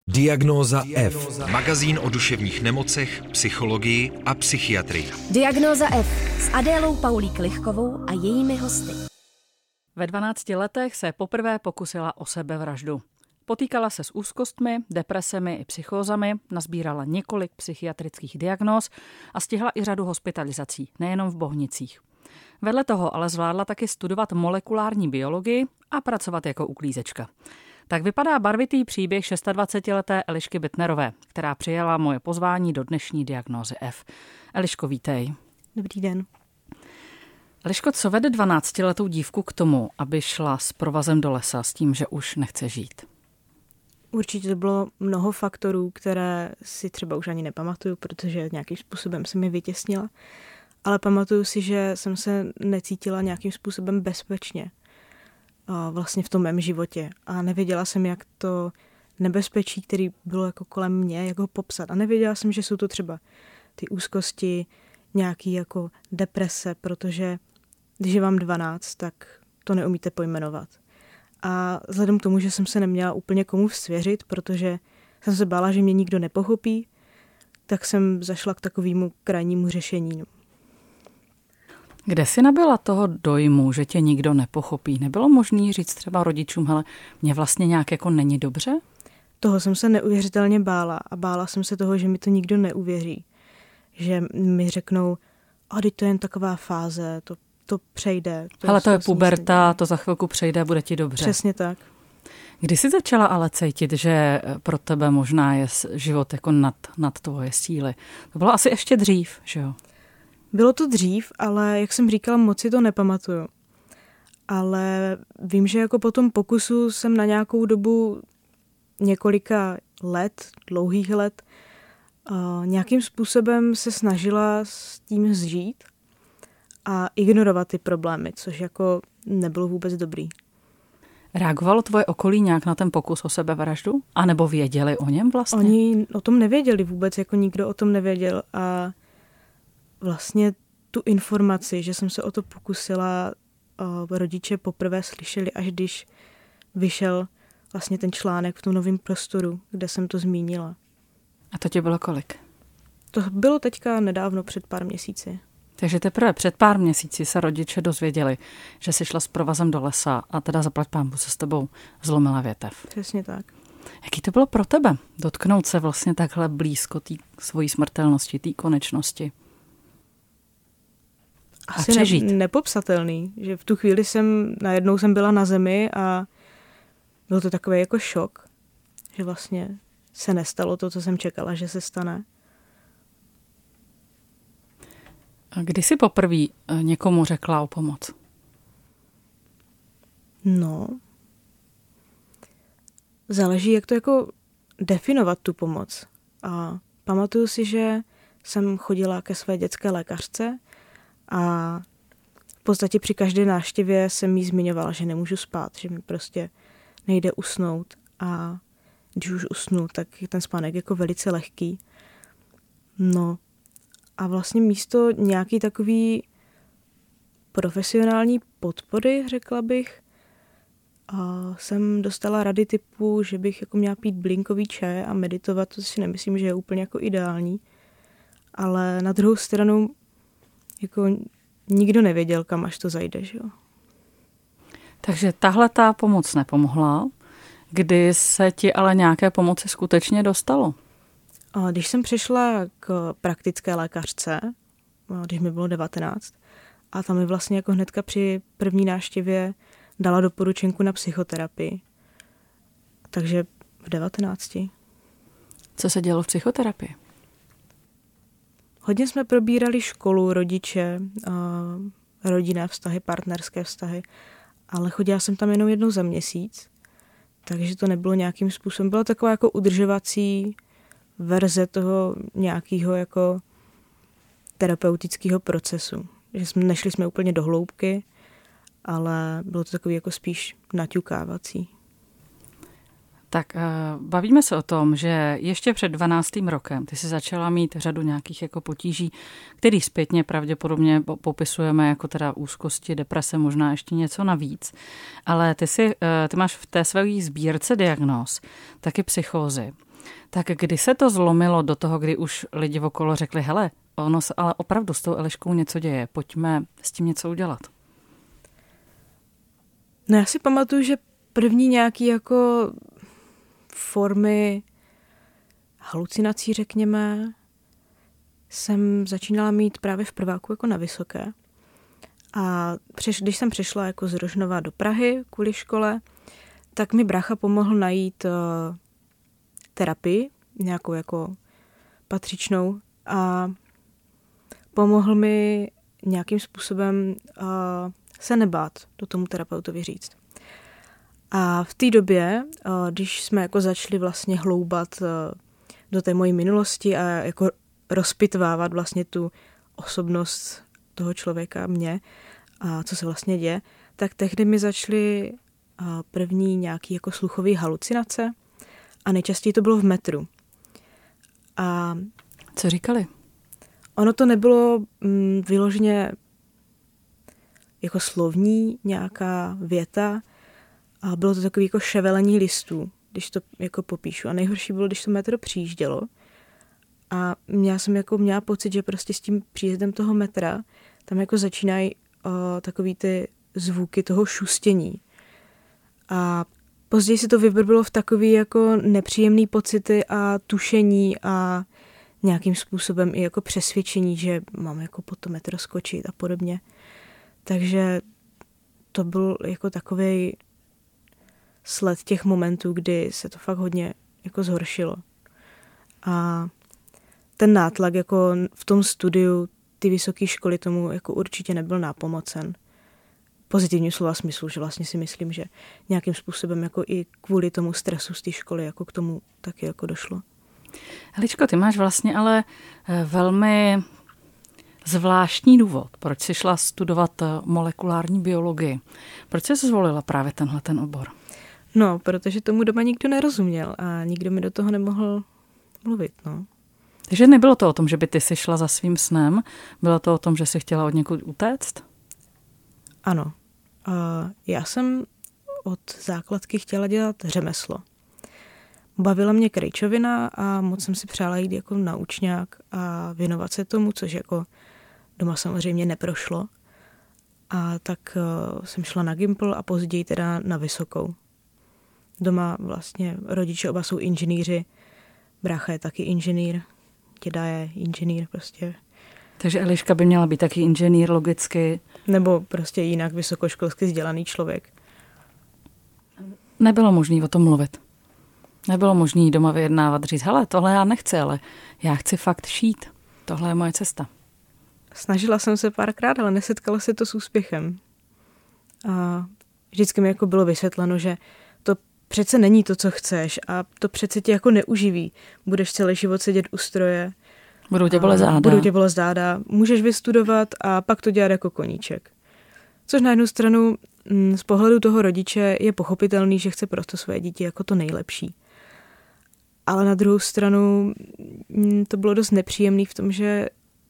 Diagnóza F. Magazín o duševních nemocech, psychologii a psychiatrii. Diagnóza F s Adélou Paulík-Lichkovou a jejími hosty. Ve 12 letech se poprvé pokusila o sebevraždu. Potýkala se s úzkostmi, depresemi i psychózami, nazbírala několik psychiatrických diagnóz a stihla i řadu hospitalizací, nejenom v Bohnicích. Vedle toho ale zvládla taky studovat molekulární biologii a pracovat jako uklízečka. Tak vypadá barvitý příběh 26leté Elišky Bittnerové, která přijala moje pozvání do dnešní diagnózy F. Eliško, vítej. Dobrý den. Eliško, co vede 12letou dívku k tomu, aby šla s provazem do lesa s tím, že už nechce žít? Určitě to bylo mnoho faktorů, které si třeba už ani nepamatuju, protože nějakým způsobem se mi vytěsnila. Ale pamatuju si, že jsem se necítila nějakým způsobem bezpečně vlastně v tom mém životě. A nevěděla jsem, jak to nebezpečí, které bylo jako kolem mě, jak ho popsat. A nevěděla jsem, že jsou to třeba ty úzkosti, nějaký jako deprese, protože když je vám 12, tak to neumíte pojmenovat. A vzhledem k tomu, že jsem se neměla úplně komu svěřit, protože jsem se bála, že mě nikdo nepochopí, tak jsem zašla k takovému krajnímu řešení. Kde jsi nabyla toho dojmu, že tě nikdo nepochopí? Nebylo možné říct třeba rodičům, hele, mě vlastně nějak jako není dobře? Toho jsem se neuvěřitelně bála a bála jsem se toho, že mi to nikdo neuvěří. Že mi řeknou, teď to je jen taková fáze, to přejde. Hele, to je puberta, to za chvilku přejde, bude ti dobře. Přesně tak. Kdy jsi začala ale cítit, že pro tebe možná je život jako nad tvoje síly? To bylo asi ještě dřív, že jo? Bylo to dřív, ale jak jsem říkala, moc si to nepamatuju. Ale vím, že jako po tom pokusu jsem na nějakou dobu několika let, dlouhých let, nějakým způsobem se snažila s tím zžít a ignorovat ty problémy, což jako nebylo vůbec dobrý. Reagovalo tvoje okolí nějak na ten pokus o sebevraždu? A nebo věděli o něm vlastně? Oni o tom nevěděli vůbec, jako nikdo o tom nevěděl a vlastně tu informaci, že jsem se o to pokusila, rodiče poprvé slyšeli, až když vyšel vlastně ten článek v tom Novém Prostoru, kde jsem to zmínila. A to tě bylo kolik? To bylo teďka nedávno, před pár měsíci. Takže teprve před pár měsíci se rodiče dozvěděli, že jsi šla s provazem do lesa a teda zaplať pánbu se s tebou zlomila větev. Přesně tak. Jaký to bylo pro tebe? Dotknout se vlastně takhle blízko té svojí smrtelnosti, té konečnosti? Asi nepopsatelný, že v tu chvíli najednou jsem byla na zemi a byl to takový jako šok, že vlastně se nestalo to, co jsem čekala, že se stane. A kdy jsi poprvé někomu řekla o pomoc? No, záleží, jak to jako definovat tu pomoc. A pamatuju si, že jsem chodila ke své dětské lékařce a v podstatě při každé návštěvě jsem jí zmiňovala, že nemůžu spát, že mi prostě nejde usnout a když už usnu, tak je ten spánek jako velice lehký. No a vlastně místo nějaký takový profesionální podpory, řekla bych, jsem dostala rady typu, že bych jako měla pít blinkový čaj a meditovat, to si nemyslím, že je úplně jako ideální. Ale na druhou stranu jako nikdo nevěděl, kam až to zajde, že jo. Takže tahle ta pomoc nepomohla, kdy se ti ale nějaké pomoci skutečně dostalo? Když jsem přišla k praktické lékařce, když mi bylo 19, a tam mi vlastně jako hnedka při první návštěvě dala doporučenku na psychoterapii. Takže v 19. Co se dělo v psychoterapii? Hodně jsme probírali školu, rodiče, rodinné vztahy, partnerské vztahy, ale chodila jsem tam jenom jednou za měsíc, takže to nebylo nějakým způsobem. Byla taková jako udržovací verze toho nějakého jako terapeutického procesu. Že nešli jsme úplně do hloubky, ale bylo to takový jako spíš naťukávací. Tak bavíme se o tom, že ještě před 12. rokem ty jsi začala mít řadu nějakých jako potíží, který zpětně pravděpodobně popisujeme jako teda úzkosti, deprese, možná ještě něco navíc. Ale ty máš v té své sbírce diagnóz taky psychózy. Tak kdy se to zlomilo do toho, kdy už lidi okolo řekli, hele, ono se ale opravdu s tou Eliškou něco děje, pojďme s tím něco udělat? No já si pamatuju, že první nějaký jako formy halucinací, řekněme, jsem začínala mít právě v prváku jako na vysoké. A když jsem přišla jako z Rožnova do Prahy kvůli škole, tak mi brácha pomohl najít terapii, nějakou jako patřičnou, a pomohl mi nějakým způsobem se nebát do tomu terapeutovi říct. A v té době, když jsme jako začali vlastně hloubat do té mojí minulosti a jako rozpitvávat vlastně tu osobnost toho člověka, mě, a co se vlastně děje, tak tehdy mi začaly první nějaký jako sluchové halucinace a nejčastěji to bylo v metru. A co říkali? Ono to nebylo vyloženě jako slovní nějaká věta, a bylo to takové jako ševelení listů, když to jako popíšu. A nejhorší bylo, když to metro přijíždělo. A já jsem jako měla pocit, že prostě s tím příjezdem toho metra tam jako začínají takový ty zvuky toho šustění. A později se to vybrbilo v takový jako nepříjemný pocity a tušení a nějakým způsobem i jako přesvědčení, že mám jako po to metro skočit a podobně. Takže to byl jako takovej sled těch momentů, kdy se to fakt hodně jako zhoršilo. A ten nátlak jako v tom studiu ty vysoké školy tomu jako určitě nebyl nápomocen. Pozitivním slova smyslu, že vlastně si myslím, že nějakým způsobem jako i kvůli tomu stresu z té školy jako k tomu taky jako došlo. Eličko, ty máš vlastně ale velmi zvláštní důvod, proč jsi šla studovat molekulární biologii. Proč jsi zvolila právě tenhle ten obor? No, protože tomu doma nikdo nerozuměl a nikdo mi do toho nemohl mluvit, no. Takže nebylo to o tom, že by ty si šla za svým snem, bylo to o tom, že jsi chtěla od někud utéct? Ano. Já jsem od základky chtěla dělat řemeslo. Bavila mě krejčovina a moc jsem si přála jít jako na učňák a věnovat se tomu, což jako doma samozřejmě neprošlo. A tak jsem šla na Gimpl a později teda na vysokou. Doma vlastně rodiče oba jsou inženýři, brácha je taky inženýr, děda je inženýr prostě. Takže Eliška by měla být taky inženýr logicky. Nebo prostě jinak vysokoškolsky vzdělaný člověk. Nebylo možné o tom mluvit. Nebylo možné doma vyjednávat, říct, hele, tohle já nechci, ale já chci fakt šít. Tohle je moje cesta. Snažila jsem se párkrát, ale nesetkalo se to s úspěchem. A vždycky mi jako bylo vysvětleno, že to přece není to, co chceš a to přece tě jako neuživí. Budeš celý život sedět u stroje. Budou tě bolet záda. Budou tě bolet záda. Můžeš vystudovat a pak to dělat jako koníček. Což na jednu stranu z pohledu toho rodiče je pochopitelný, že chce pro to své dítě jako to nejlepší. Ale na druhou stranu to bylo dost nepříjemný v tom, že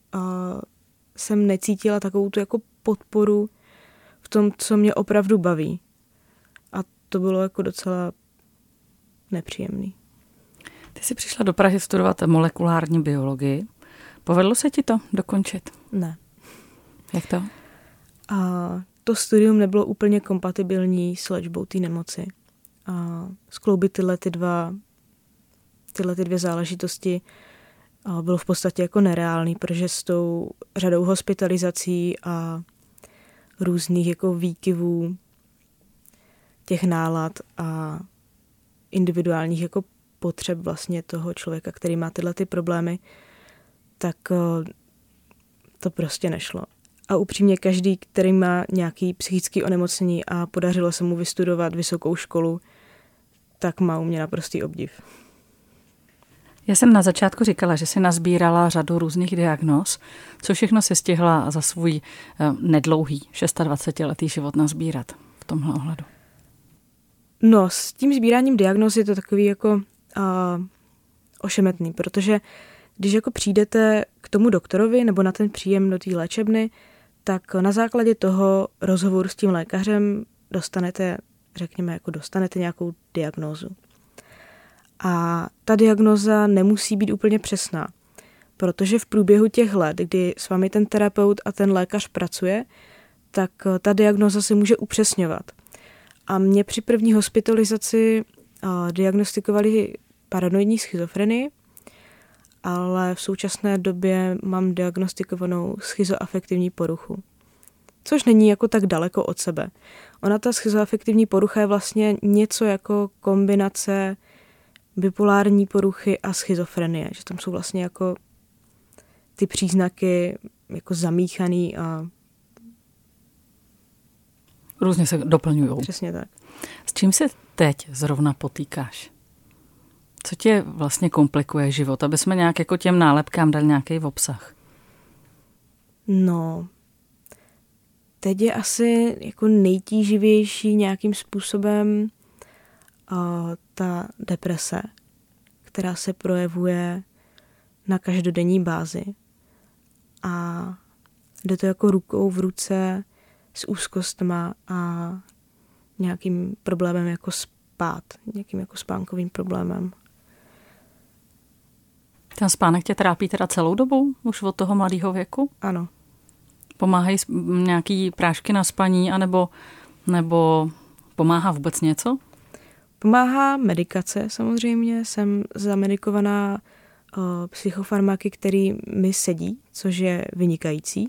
jsem necítila takovou tu jako podporu v tom, co mě opravdu baví. A to bylo jako docela nepříjemný. Ty jsi přišla do Prahy studovat molekulární biologii. Povedlo se ti to dokončit? Ne. Jak to? To studium nebylo úplně kompatibilní s léčbou té nemoci. Skloubit tyhle dvě záležitosti bylo v podstatě jako nereálný, protože s tou řadou hospitalizací a různých jako výkyvů těch nálad a individuálních jako potřeb vlastně toho člověka, který má tyhle ty problémy, tak to prostě nešlo. A upřímně každý, který má nějaký psychický onemocnění a podařilo se mu vystudovat vysokou školu, tak má u mě naprostý obdiv. Já jsem na začátku říkala, že si nazbírala řadu různých diagnóz. Co všechno si stihla za svůj nedlouhý 26letý život nazbírat v tomhle ohledu? No, s tím sbíráním diagnóz je to takový jako ošemetný, protože když jako přijdete k tomu doktorovi nebo na ten příjem do té léčebny, tak na základě toho rozhovoru s tím lékařem dostanete nějakou diagnózu. A ta diagnóza nemusí být úplně přesná, protože v průběhu těch let, kdy s vámi ten terapeut a ten lékař pracuje, tak ta diagnóza se může upřesňovat. A mě při první hospitalizaci diagnostikovali paranoidní schizofrenii, ale v současné době mám diagnostikovanou schizoafektivní poruchu. Což není jako tak daleko od sebe. Ona ta schizoafektivní porucha je vlastně něco jako kombinace bipolární poruchy a schizofrenie. Že tam jsou vlastně jako ty příznaky jako zamíchaný a různě se doplňují. Přesně tak. S čím se teď zrovna potýkáš? Co tě vlastně komplikuje život, aby jsme nějak jako těm nálepkám dali nějaký obsah? No, teď je asi jako nejtíživější nějakým způsobem ta deprese, která se projevuje na každodenní bázi. A jde to jako rukou v ruce s úzkostma a nějakým problémem jako spát, nějakým jako spánkovým problémem. Ten spánek tě trápí teda celou dobu, už od toho mladého věku? Ano. Pomáhají nějaký prášky na spaní, nebo pomáhá vůbec něco? Pomáhá medikace samozřejmě, jsem zamedikovaná psychofarmaky, který mi sedí, což je vynikající.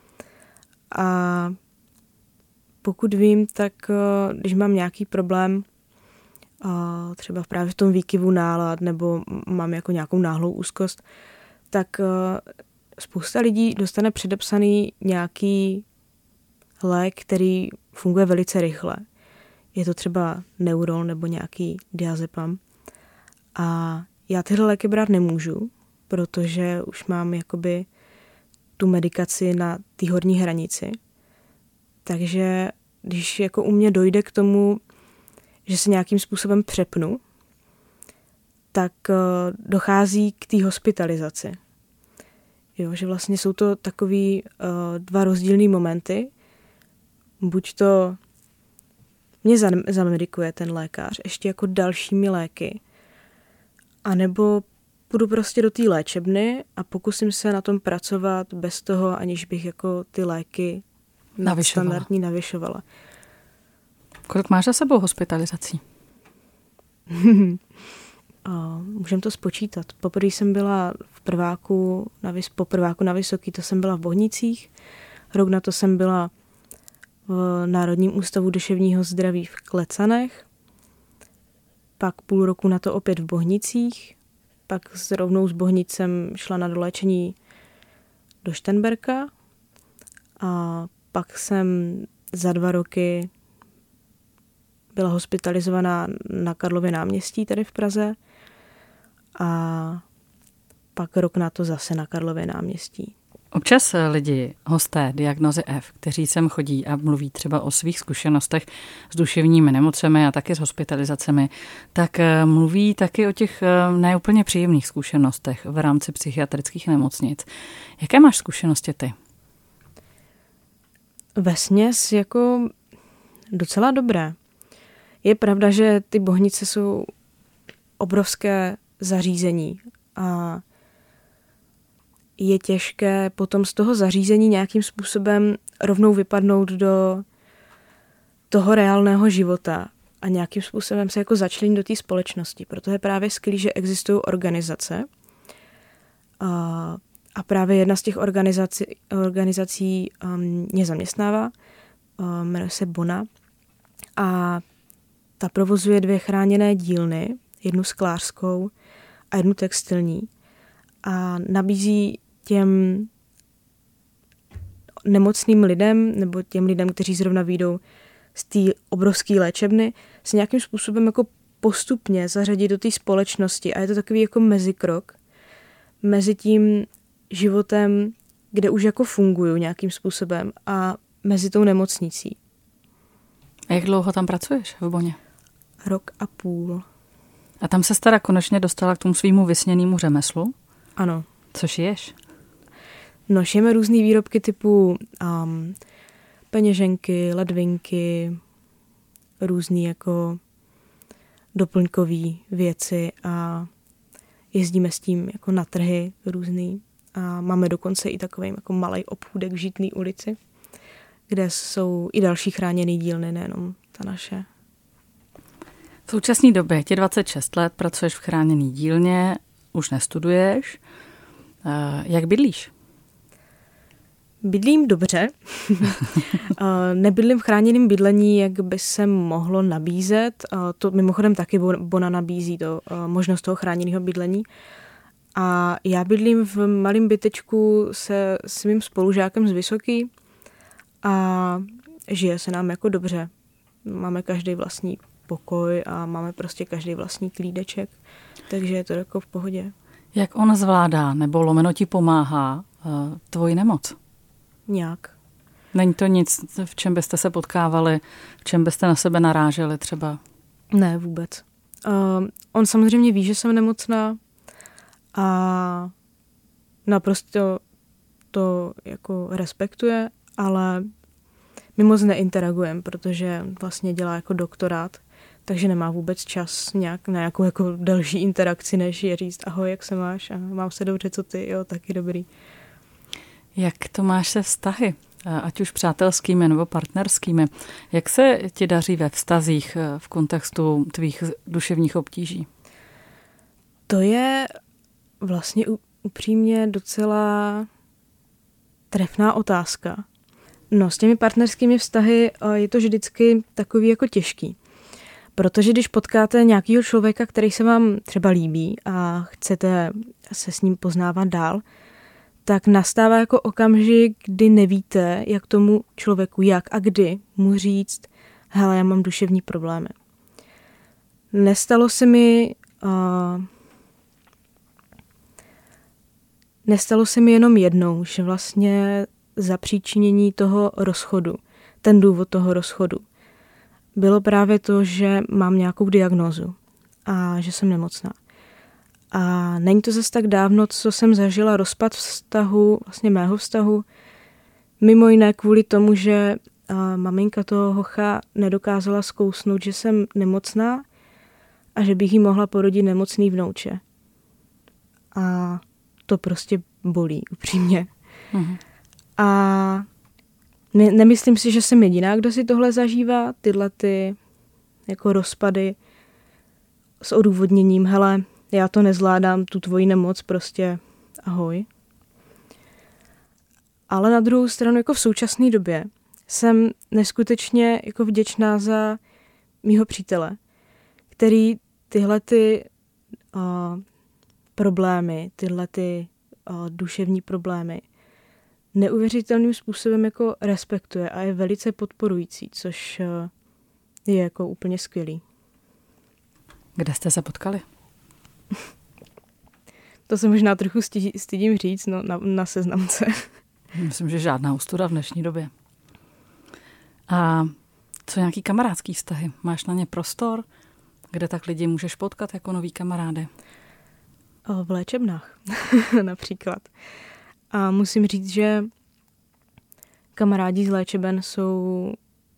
A pokud vím, tak když mám nějaký problém, třeba právě v tom výkyvu nálad nebo mám jako nějakou náhlou úzkost, tak spousta lidí dostane předepsaný nějaký lék, který funguje velice rychle. Je to třeba Neuron nebo nějaký diazepam. A já tyhle léky brát nemůžu, protože už mám jakoby tu medikaci na té horní hranici. Takže když jako u mě dojde k tomu, že se nějakým způsobem přepnu, tak dochází k té hospitalizaci. Jo, že vlastně jsou to takový dva rozdílný momenty. Buď to mě zamedikuje ten lékař ještě jako dalšími léky, anebo půjdu prostě do té léčebny a pokusím se na tom pracovat bez toho, aniž bych jako ty léky standardní navyšovala. Kolik máš za sebou hospitalizací? Můžem to spočítat. Poprvé jsem byla po prváku na Vysoký, to jsem byla v Bohnicích. Rok na to jsem byla v Národním ústavu duševního zdraví v Klecanech. Pak půl roku na to opět v Bohnicích. Pak rovnou z Bohnic jsem šla na doléčení do Šternberka. A pak jsem za 2 roky byla hospitalizovaná na Karlově náměstí tady v Praze a pak rok na to zase na Karlově náměstí. Občas lidi, hosté diagnozy F, kteří sem chodí a mluví třeba o svých zkušenostech s duševními nemocemi a taky s hospitalizacemi, tak mluví taky o těch neúplně příjemných zkušenostech v rámci psychiatrických nemocnic. Jaké máš zkušenosti ty? Vesměs jako docela dobré. Je pravda, že ty Bohnice jsou obrovské zařízení a je těžké potom z toho zařízení nějakým způsobem rovnou vypadnout do toho reálného života a nějakým způsobem se jako začlenit do té společnosti. Proto je právě skvělé, že existují organizace a právě jedna z těch organizací mě zaměstnává, jmenuje se Bona a ta provozuje 2 chráněné dílny, jednu sklářskou a jednu textilní a nabízí těm nemocným lidem nebo těm lidem, kteří zrovna vyjdou z té obrovské léčebny, se nějakým způsobem jako postupně zařadit do té společnosti a je to takový jako mezikrok mezi tím životem, kde už jako funguju nějakým způsobem a mezi tou nemocnicí. A jak dlouho tam pracuješ v Boně? 1,5 roku. A tam se teda konečně dostala k tomu svýmu vysněnému řemeslu? Ano. Co šiješ? No, šijeme různý výrobky typu peněženky, ledvinky, různý jako doplňkové věci a jezdíme s tím jako na trhy různý. A máme dokonce i takový jako malej obchůdek v Žitný ulici, kde jsou i další chráněné dílny, nejenom ta naše. V současné době tě 26 let, pracuješ v chráněné dílně, už nestuduješ. Jak bydlíš? Bydlím dobře. Nebydlím v chráněném bydlení, jak by se mohlo nabízet. To mimochodem taky Bona nabízí možnost toho chráněného bydlení. A já bydlím v malém bytečku se svým spolužákem z Vysoký a žije se nám jako dobře. Máme každý vlastní pokoj a máme prostě každý vlastní klídeček, takže je to jako v pohodě. Jak on zvládá nebo lomeno ti pomáhá tvoji nemoc? Nějak. Není to nic, v čem byste se potkávali, v čem byste na sebe naráželi třeba? Ne, vůbec. On samozřejmě ví, že jsem nemocná a naprosto to jako respektuje, ale my moc neinteragujeme, protože vlastně dělá jako doktorát, takže nemá vůbec čas na nějakou jako další interakci, než je říct ahoj, jak se máš a mám se dobře, co ty, jo, taky dobrý. Jak to máš se vztahy, ať už přátelskými nebo partnerskými? Jak se ti daří ve vztazích v kontextu tvých duševních obtíží? To je vlastně upřímně docela trefná otázka. No, s těmi partnerskými vztahy je to vždycky takový jako těžký. Protože když potkáte nějakého člověka, který se vám třeba líbí a chcete se s ním poznávat dál, tak nastává jako okamžik, kdy nevíte, jak tomu člověku, jak a kdy mu říct, hele, já mám duševní problémy. Nestalo se mi jenom jednou, že vlastně zapříčinění toho rozchodu, ten důvod toho rozchodu, bylo právě to, že mám nějakou diagnózu a že jsem nemocná. A není to zase tak dávno, co jsem zažila rozpad vztahu, vlastně mého vztahu, mimo jiné kvůli tomu, že maminka toho hocha nedokázala zkousnout, že jsem nemocná a že bych jí mohla porodit nemocný vnouče. A to prostě bolí, upřímně. Mhm. A nemyslím si, že jsem jediná, kdo si tohle zažívá, tyhle ty jako rozpady s odůvodněním, hele, já to nezvládám, tu tvoji nemoc, prostě ahoj. Ale na druhou stranu, jako v současné době, jsem neskutečně jako vděčná za mýho přítele, který tyhle ty problémy, tyhle ty duševní problémy neuvěřitelným způsobem jako respektuje a je velice podporující, což je jako úplně skvělý. Kde jste se potkali? To se možná trochu stydím říct, no, na seznamce. Myslím, že žádná ostuda v dnešní době. A co nějaký kamarádský vztahy? Máš na ně prostor? Kde tak lidi můžeš potkat jako nový kamarády? V léčebnách například. A musím říct, že kamarádi z léčeben jsou,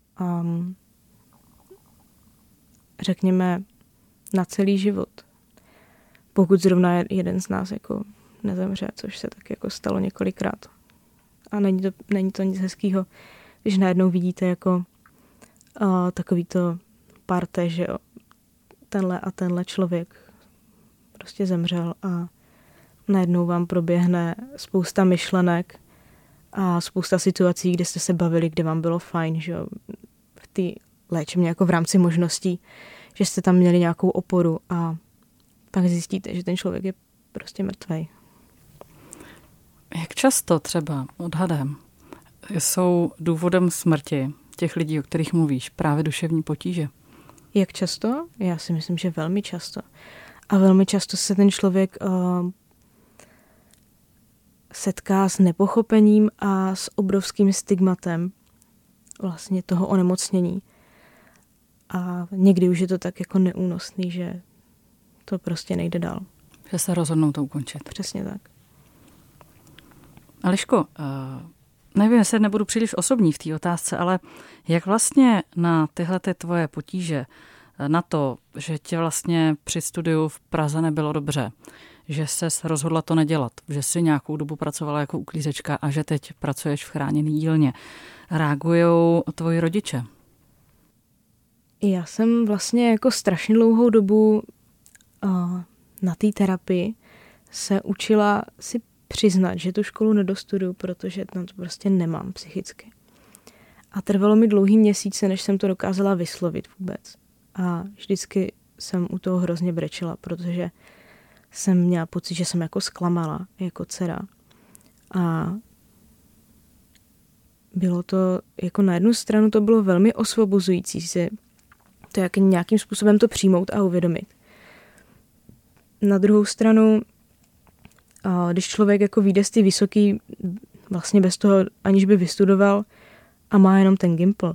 řekněme, na celý život. Pokud zrovna jeden z nás jako nezemře, což se tak jako stalo několikrát. A není to nic hezkýho, když najednou vidíte jako takový to parte, že jo, tenhle a tenhle člověk prostě zemřel a najednou vám proběhne spousta myšlenek a spousta situací, kde jste se bavili, kde vám bylo fajn, že jo, v té léčebně jako v rámci možností, že jste tam měli nějakou oporu a pak zjistíte, že ten člověk je prostě mrtvej. Jak často třeba odhadem jsou důvodem smrti těch lidí, o kterých mluvíš, právě duševní potíže? Jak často? Já si myslím, že velmi často. A velmi často se ten člověk setká s nepochopením a s obrovským stigmatem vlastně toho onemocnění. A někdy už je to tak jako neúnosný, že to prostě nejde dál. Že se rozhodnou to ukončit. Přesně tak. Eliško, nevím, jestli nebudu příliš osobní v té otázce, ale jak vlastně na tyhle ty tvoje potíže na to, že tě vlastně při studiu v Praze nebylo dobře, že ses rozhodla to nedělat, že jsi nějakou dobu pracovala jako uklízečka a že teď pracuješ v chráněné dílně. Reagujou tvoji rodiče? Já jsem vlastně jako strašně dlouhou dobu na té terapii se učila si přiznat, že tu školu nedostuduju, protože tam to prostě nemám psychicky. A trvalo mi dlouhý měsíce, než jsem to dokázala vyslovit vůbec. A vždycky jsem u toho hrozně brečela, protože jsem měla pocit, že jsem jako zklamala jako dcera. A bylo to, jako na jednu stranu to bylo velmi osvobozující si to jak nějakým způsobem to přijmout a uvědomit. Na druhou stranu, když člověk jako vyjde z ty vysoký, vlastně bez toho, aniž by vystudoval a má jenom ten Gimpl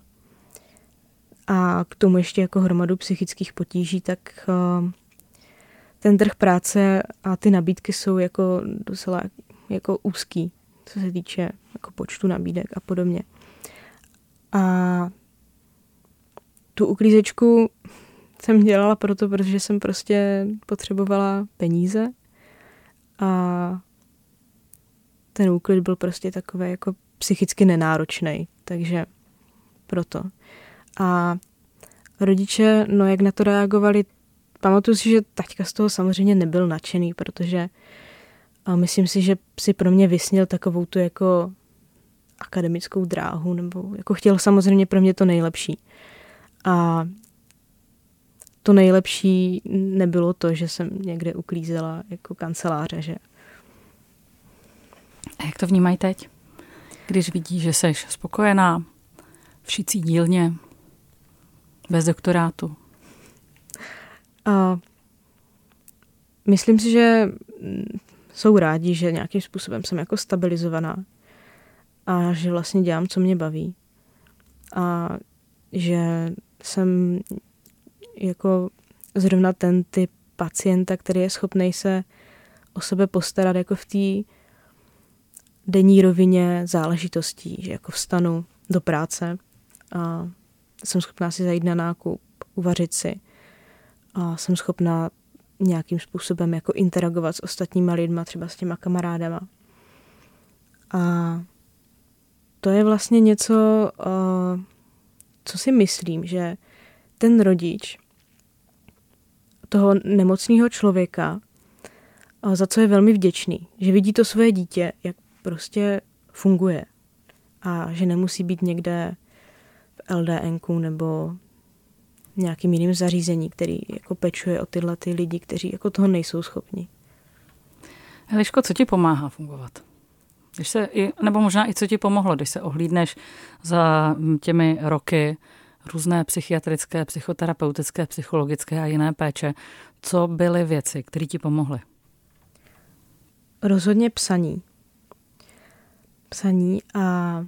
a k tomu ještě jako hromadu psychických potíží, tak ten trh práce a ty nabídky jsou jako docela jako úzký, co se týče jako počtu nabídek a podobně. A tu uklízečku jsem dělala protože jsem prostě potřebovala peníze a ten úklid byl prostě takový jako psychicky nenáročný, takže proto. A rodiče, no jak na to reagovali, pamatuju si, že taťka z toho samozřejmě nebyl nadšený, protože myslím si, že si pro mě vysnil takovou tu jako akademickou dráhu, nebo jako chtěl samozřejmě pro mě to nejlepší. A to nejlepší nebylo to, že jsem někde uklízela jako kanceláře, že? A jak to vnímají teď? Když vidí, že seš spokojená v šicí dílně, bez doktorátu? Myslím si, že jsou rádi, že nějakým způsobem jsem jako stabilizovaná a že vlastně dělám, co mě baví. A že jsem jako zrovna ten typ pacienta, který je schopný se o sebe postarat jako v té denní rovině záležitostí, že jako vstanu do práce a jsem schopná si zajít na nákup, uvařit si a jsem schopná nějakým způsobem jako interagovat s ostatníma lidma, třeba s těma kamarádama. A to je vlastně něco, co si myslím, že ten rodič toho nemocného člověka, za co je velmi vděčný, že vidí to svoje dítě, jak prostě funguje a že nemusí být někde v LDNku nebo nějakým jiným zařízení, který jako pečuje o tyhle ty lidi, kteří jako toho nejsou schopni. Eliško, co ti pomáhá fungovat? Když se nebo možná i co ti pomohlo, když se ohlídneš za těmi roky různé psychiatrické, psychoterapeutické, psychologické a jiné péče, co byly věci, které ti pomohly? Rozhodně psaní. Psaní a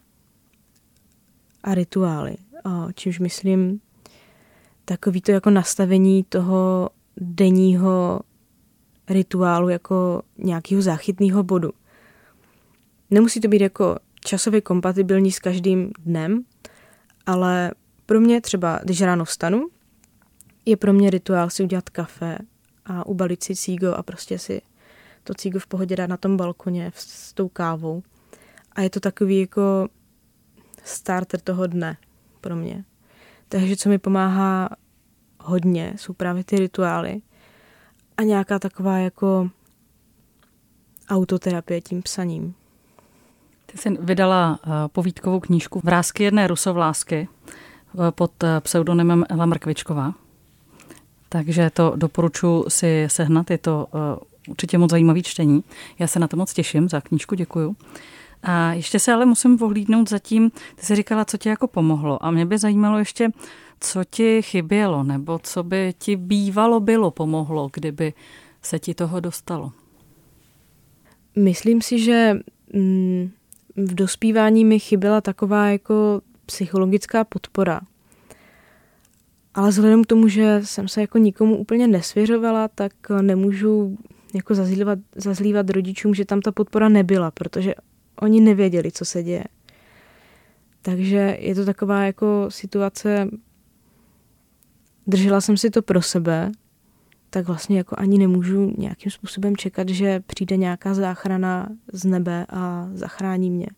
rituály. Čímž myslím takový to jako nastavení toho denního rituálu jako nějakého záchytného bodu. Nemusí to být jako časově kompatibilní s každým dnem, ale pro mě třeba, když ráno vstanu, je pro mě rituál si udělat kafe a ubalit si cígo a prostě si to cígo v pohodě dát na tom balkoně s tou kávou. A je to takový jako starter toho dne pro mě. Takže co mi pomáhá hodně, jsou právě ty rituály a nějaká taková jako autoterapie tím psaním. Ty jsi vydala povídkovou knížku Vrásky jedné rusovlásky pod pseudonymem Ela Mrkvičková. Takže to doporučuji si sehnat, je to určitě moc zajímavý čtení. Já se na to moc těším, za knížku děkuju. A ještě se ale musím pohlídnout zatím, ty jsi říkala, co ti jako pomohlo. A mě by zajímalo ještě, co ti chybělo, nebo co by ti bývalo pomohlo, kdyby se ti toho dostalo. Myslím si, že v dospívání mi chyběla taková jako psychologická podpora. Ale vzhledem k tomu, že jsem se jako nikomu úplně nesvěřovala, tak nemůžu jako zazlívat rodičům, že tam ta podpora nebyla, protože oni nevěděli, co se děje. Takže je to taková jako situace držela jsem si to pro sebe, tak vlastně jako ani nemůžu nějakým způsobem čekat, že přijde nějaká záchrana z nebe a zachrání mě.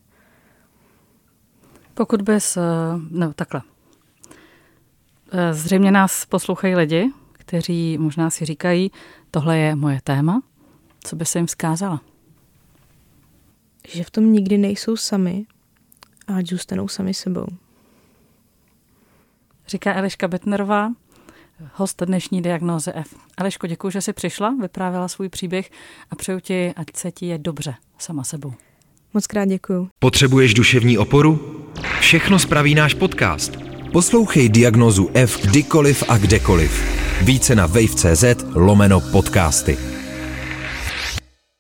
Pokud bys, no takhle, zřejmě nás poslouchají lidi, kteří možná si říkají, tohle je moje téma, co by se jim vzkázala? Že v tom nikdy nejsou sami a ať zůstanou sami sebou. Říká Eliška Bettnerová, host dnešní Diagnózy F. Eliško, děkuji, že jsi přišla, vyprávěla svůj příběh a přeju ti, ať se ti je dobře sama sebou. Moc krát děkuju. Potřebuješ duševní oporu? Všechno spraví náš podcast. Poslouchej Diagnózu F kdykoliv a kdekoliv. Více na wave.cz/podcasty.